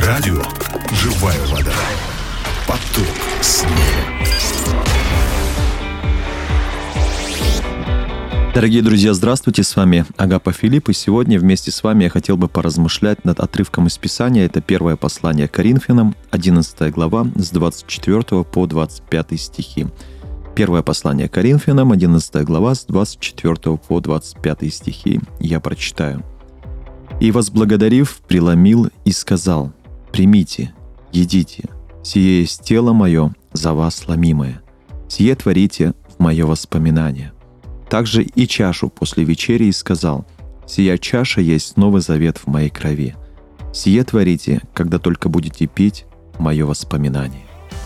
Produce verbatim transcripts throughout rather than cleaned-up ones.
Радио «Живая вода». Поток снега. Дорогие друзья, здравствуйте, с вами Агапа Филипп, и сегодня вместе с вами я хотел бы поразмышлять над отрывком из Писания. Это первое послание к Коринфянам, одиннадцатая глава, с двадцать четвёртого по двадцать пятый стихи. Первое послание к Коринфянам, одиннадцатая глава, с двадцать четвёртого по двадцать пятый стихи. Я прочитаю. «И, возблагодарив, преломил и сказал: примите, едите, сие есть тело мое, за вас ломимое. Сие творите в мое воспоминание. Также и чашу после вечери и сказал: сия чаша есть новый завет в моей крови. Сие творите, когда только будете пить в мое воспоминание».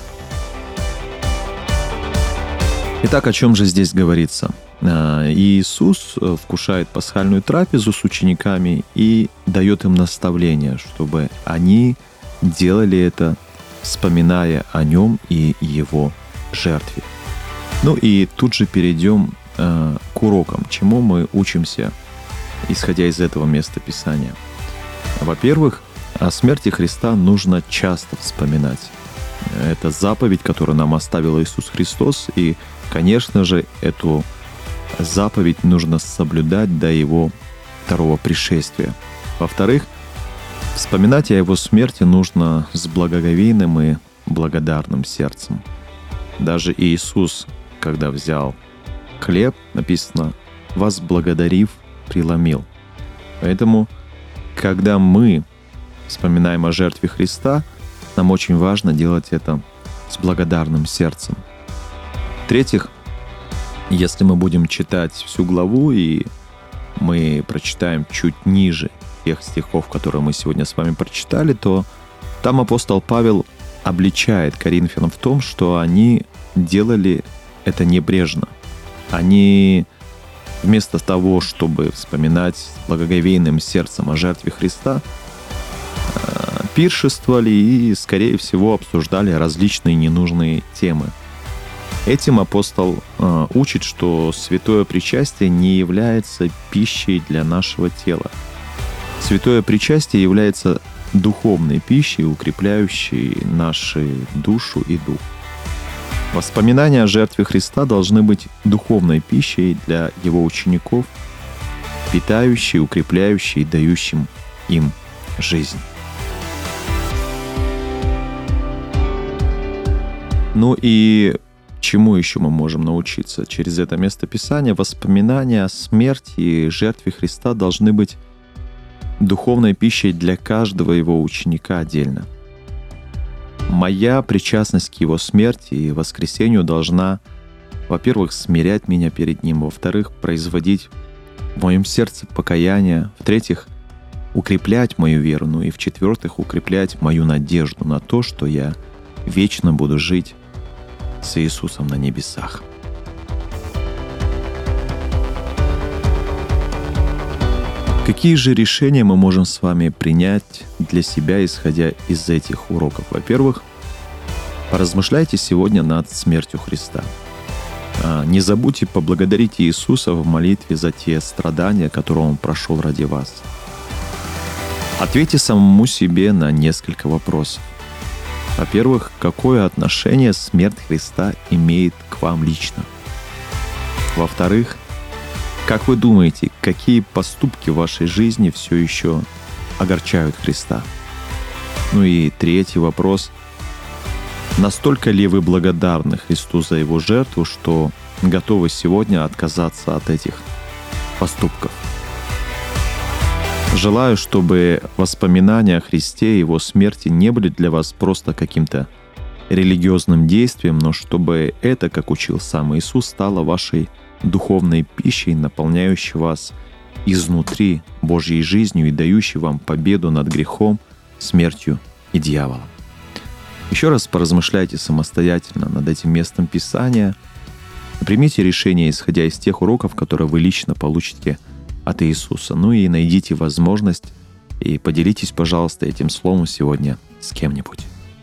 Итак, о чем же здесь говорится? Иисус вкушает пасхальную трапезу с учениками и дает им наставление, чтобы они делали это, вспоминая о нем и его жертве. Ну и тут же перейдем э, к урокам, чему мы учимся, исходя из этого места Писания. Во-первых, о смерти Христа нужно часто вспоминать. Это заповедь, которую нам оставил Иисус Христос, и, конечно же, эту заповедь нужно соблюдать до Его второго пришествия. Во-вторых, вспоминать о Его смерти нужно с благоговейным и благодарным сердцем. Даже Иисус, когда взял хлеб, написано, возблагодарив, преломил. Поэтому, когда мы вспоминаем о жертве Христа, нам очень важно делать это с благодарным сердцем. В-третьих, если мы будем читать всю главу, и мы прочитаем чуть ниже тех стихов, которые мы сегодня с вами прочитали, то там апостол Павел обличает коринфянам в том, что они делали это небрежно. Они вместо того, чтобы вспоминать с благоговейным сердцем о жертве Христа, пиршествовали и, скорее всего, обсуждали различные ненужные темы. Этим апостол э, учит, что святое причастие не является пищей для нашего тела. Святое причастие является духовной пищей, укрепляющей наши душу и дух. Воспоминания о жертве Христа должны быть духовной пищей для Его учеников, питающей, укрепляющей, дающим им жизнь. Ну и чему еще мы можем научиться через это место Писания? Воспоминания о смерти и жертве Христа должны быть духовной пищей для каждого Его ученика отдельно. Моя причастность к Его смерти и воскресению должна, во-первых, смирять меня перед Ним, во-вторых, производить в моем сердце покаяние, в-третьих, укреплять мою веру, ну и в-четвертых, укреплять мою надежду на то, что я вечно буду жить с Иисусом на небесах. Какие же решения мы можем с вами принять для себя, исходя из этих уроков? Во-первых, поразмышляйте сегодня над смертью Христа. Не забудьте поблагодарить Иисуса в молитве за те страдания, которые Он прошел ради вас. Ответьте самому себе на несколько вопросов. Во-первых, какое отношение смерть Христа имеет к вам лично? Во-вторых, как вы думаете, какие поступки в вашей жизни все еще огорчают Христа? Ну и третий вопрос. Настолько ли вы благодарны Христу за Его жертву, что готовы сегодня отказаться от этих поступков? Желаю, чтобы воспоминания о Христе и Его смерти не были для вас просто каким-то религиозным действием, но чтобы это, как учил сам Иисус, стало вашей духовной пищей, наполняющей вас изнутри Божьей жизнью и дающей вам победу над грехом, смертью и дьяволом. Еще раз поразмышляйте самостоятельно над этим местом Писания. Примите решение, исходя из тех уроков, которые вы лично получите от Иисуса. Ну и найдите возможность и поделитесь, пожалуйста, этим словом сегодня с кем-нибудь.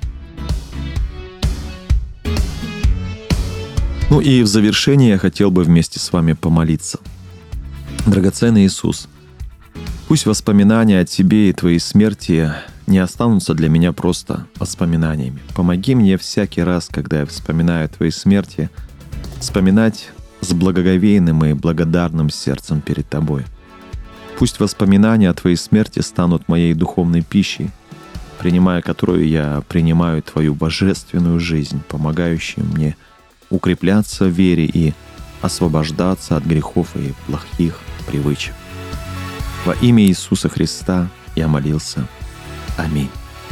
Ну и в завершение я хотел бы вместе с вами помолиться. Драгоценный Иисус, пусть воспоминания о Тебе и Твоей смерти не останутся для меня просто воспоминаниями. Помоги мне всякий раз, когда я вспоминаю о Твоей смерти, вспоминать с благоговейным и благодарным сердцем перед Тобой. Пусть воспоминания о Твоей смерти станут моей духовной пищей, принимая которую я принимаю Твою божественную жизнь, помогающую мне укрепляться в вере и освобождаться от грехов и плохих привычек. Во имя Иисуса Христа я молился. Аминь.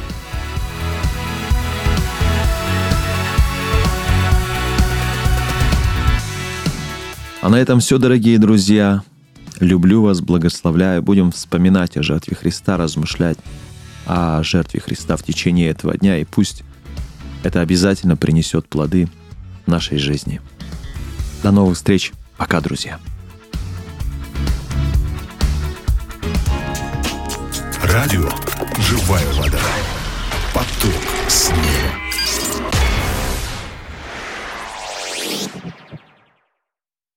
А на этом все, дорогие друзья. Люблю вас, благословляю. Будем вспоминать о жертве Христа, размышлять о жертве Христа в течение этого дня. И пусть это обязательно принесет плоды в нашей жизни. До новых встреч. Пока, друзья. Радио «Живая вода».